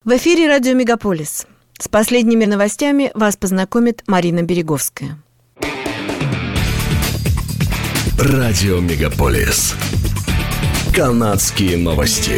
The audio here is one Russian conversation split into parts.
В эфире радио «Мегаполис». С последними новостями вас познакомит Марина Береговская. Радио «Мегаполис». Канадские новости.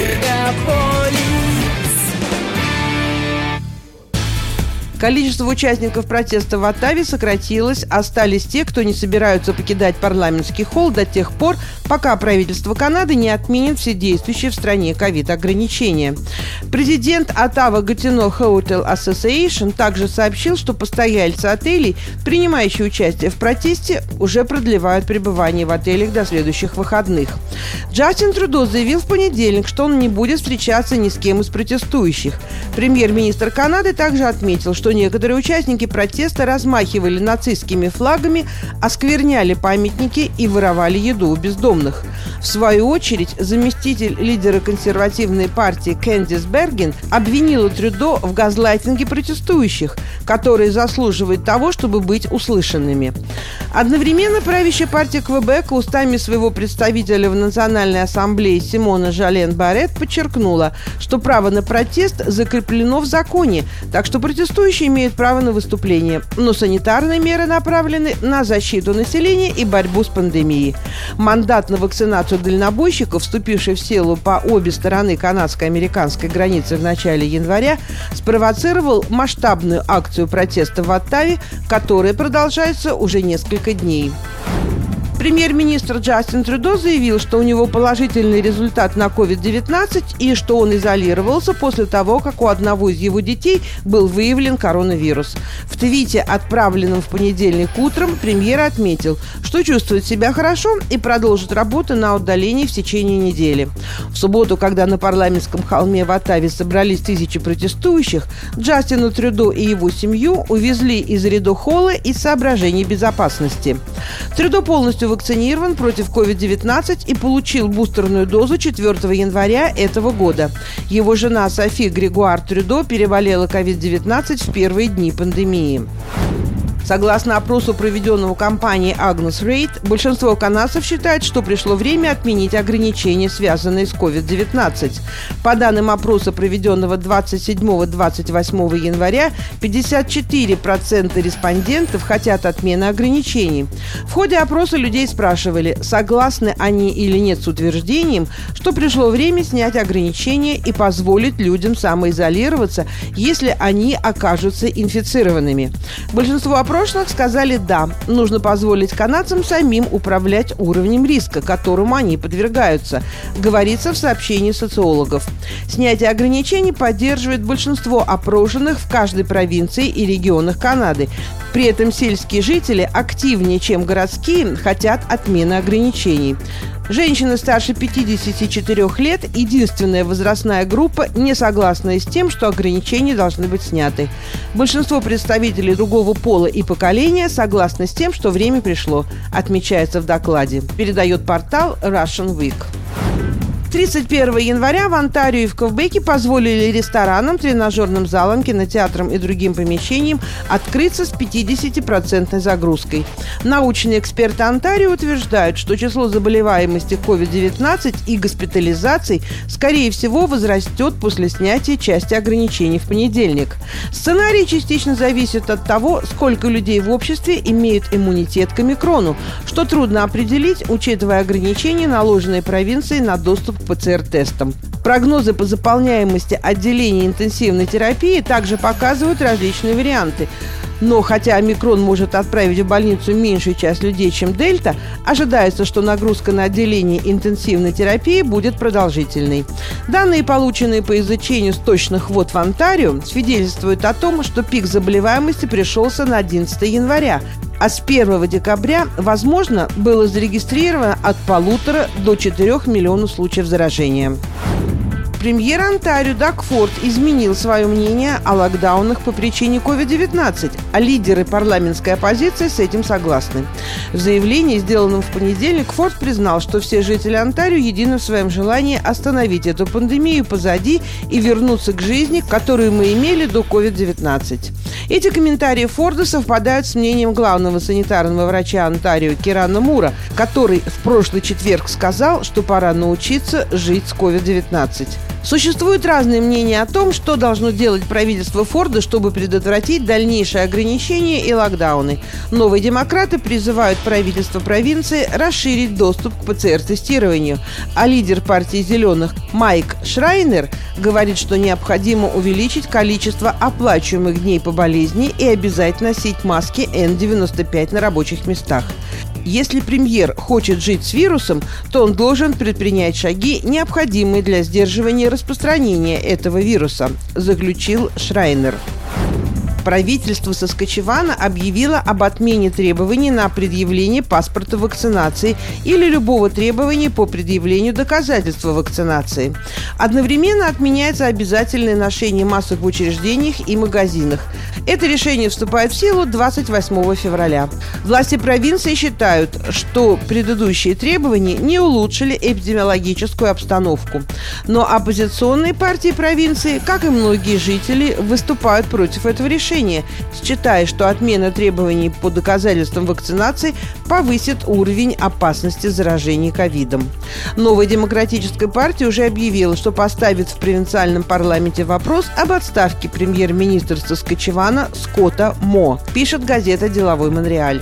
Количество участников протеста в Оттаве сократилось, остались те, кто не собираются покидать парламентский холл до тех пор, пока правительство Канады не отменит все действующие в стране ковид-ограничения. Президент Оттава Гатино Hotel Association также сообщил, что постояльцы отелей, принимающие участие в протесте, уже продлевают пребывание в отелях до следующих выходных. Джастин Трюдо заявил в понедельник, что он не будет встречаться ни с кем из протестующих. Премьер-министр Канады также отметил, что некоторые участники протеста размахивали нацистскими флагами, оскверняли памятники и воровали еду у бездомных. В свою очередь, заместитель лидера консервативной партии Кэндис Берген обвинила Трюдо в газлайтинге протестующих, которые заслуживают того, чтобы быть услышанными. Одновременно правящая партия Квебека устами своего представителя в Национальной ассамблее Симона Жален Барет подчеркнула, что право на протест закреплено в законе, так что протестующие имеют право на выступление, но санитарные меры направлены на защиту населения и борьбу с пандемией. Мандат на вакцинацию дальнобойщиков, вступивший в силу по обе стороны канадско-американской границы в начале января, спровоцировал масштабную акцию протеста в Оттаве, которая продолжается уже несколько дней. Премьер-министр Джастин Трюдо заявил, что у него положительный результат на COVID-19 и что он изолировался после того, как у одного из его детей был выявлен коронавирус. В твите, отправленном в понедельник утром, премьер отметил, что чувствует себя хорошо и продолжит работу на удалении в течение недели. В субботу, когда на парламентском холме в Оттаве собрались тысячи протестующих, Джастина Трюдо и его семью увезли из Ридо-холла из соображений безопасности. Трюдо полностью вакцинирован против COVID-19 и получил бустерную дозу 4 января этого года. Его жена Софи Грегуар Трюдо переболела COVID-19 в первые дни пандемии. Согласно опросу, проведенному компанией Agnos Rate, большинство канадцев считает, что пришло время отменить ограничения, связанные с COVID-19. По данным опроса, проведенного 27-28 января, 54% респондентов хотят отмены ограничений. В ходе опроса людей спрашивали, согласны они или нет с утверждением, что пришло время снять ограничения и позволить людям самоизолироваться, если они окажутся инфицированными. Большинство опрошенных сказали «да». Нужно позволить канадцам самим управлять уровнем риска, которому они подвергаются, говорится в сообщении социологов. Снятие ограничений поддерживает большинство опрошенных в каждой провинции и регионах Канады. При этом сельские жители активнее, чем городские, хотят отмены ограничений. Женщины старше 54 лет – единственная возрастная группа, не согласная с тем, что ограничения должны быть сняты. Большинство представителей другого пола и поколения согласны с тем, что время пришло, отмечается в докладе, передает портал Russian Week. 31 января в Онтарио и в Квебеке позволили ресторанам, тренажерным залам, кинотеатрам и другим помещениям открыться с 50% загрузкой. Научные эксперты Онтарио утверждают, что число заболеваемости COVID-19 и госпитализаций, скорее всего, возрастет после снятия части ограничений в понедельник. Сценарий частично зависит от того, сколько людей в обществе имеют иммунитет к омикрону, что трудно определить, учитывая ограничения, наложенные провинцией на доступ к ПЦР-тестам. Прогнозы по заполняемости отделений интенсивной терапии также показывают различные варианты. Но хотя омикрон может отправить в больницу меньшую часть людей, чем дельта, ожидается, что нагрузка на отделение интенсивной терапии будет продолжительной. Данные, полученные по изучению сточных вод в Онтарио, свидетельствуют о том, что пик заболеваемости пришелся на 11 января, а с 1 декабря, возможно, было зарегистрировано от 1,5 до 4 миллионов случаев заражения. Премьер Онтарио Даг Форд изменил свое мнение о локдаунах по причине COVID-19, а лидеры парламентской оппозиции с этим согласны. В заявлении, сделанном в понедельник, Форд признал, что все жители Онтарио едины в своем желании остановить эту пандемию позади и вернуться к жизни, которую мы имели до COVID-19. Эти комментарии Форда совпадают с мнением главного санитарного врача Онтарио Кирана Мура, который в прошлый четверг сказал, что пора научиться жить с COVID-19. Существуют разные мнения о том, что должно делать правительство Форда, чтобы предотвратить дальнейшие ограничения и локдауны. Новые демократы призывают правительство провинции расширить доступ к ПЦР-тестированию. А лидер партии «Зеленых» Майк Шрайнер говорит, что необходимо увеличить количество оплачиваемых дней по болезни и обязать носить маски N95 на рабочих местах. Если премьер хочет жить с вирусом, то он должен предпринять шаги, необходимые для сдерживания распространения этого вируса, заключил Шрайнер. Правительство Саскачевана объявило об отмене требований на предъявление паспорта вакцинации или любого требования по предъявлению доказательства вакцинации. Одновременно отменяется обязательное ношение масок в учреждениях и магазинах. Это решение вступает в силу 28 февраля. Власти провинции считают, что предыдущие требования не улучшили эпидемиологическую обстановку. Но оппозиционные партии провинции, как и многие жители, выступают против этого решения, считая, что отмена требований по доказательствам вакцинации повысит уровень опасности заражения ковидом. Новая демократическая партия уже объявила, что поставит в провинциальном парламенте вопрос об отставке премьер-министра Саскачевана Скотта Мо, пишет газета «Деловой Монреаль».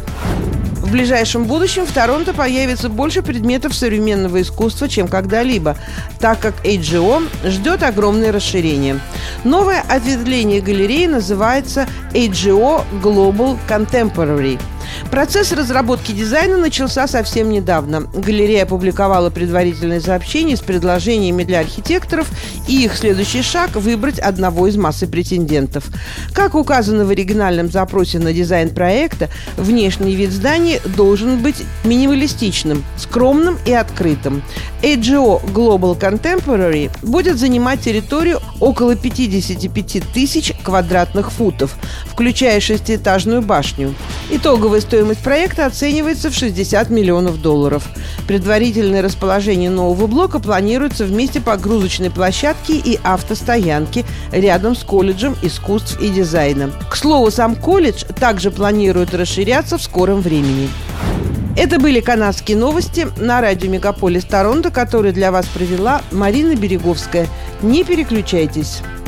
В ближайшем будущем в Торонто появится больше предметов современного искусства, чем когда-либо, так как AGO ждет огромное расширение. Новое ответвление галереи называется AGO Global Contemporary. Процесс разработки дизайна начался совсем недавно. Галерея опубликовала предварительное сообщение с предложениями для архитекторов, и их следующий шаг – выбрать одного из массы претендентов. Как указано в оригинальном запросе на дизайн проекта, внешний вид здания должен быть минималистичным, скромным и открытым. AGO Global Contemporary будет занимать территорию около 55 тысяч квадратных футов, включая шестиэтажную башню. Итоговая стоимость проекта оценивается в $60 миллионов. Предварительное расположение нового блока планируется в месте погрузочной площадки и автостоянки рядом с колледжем искусств и дизайна. К слову, сам колледж также планирует расширяться в скором времени. Это были канадские новости на радио «Мегаполис Торонто», которые для вас провела Марина Береговская. Не переключайтесь.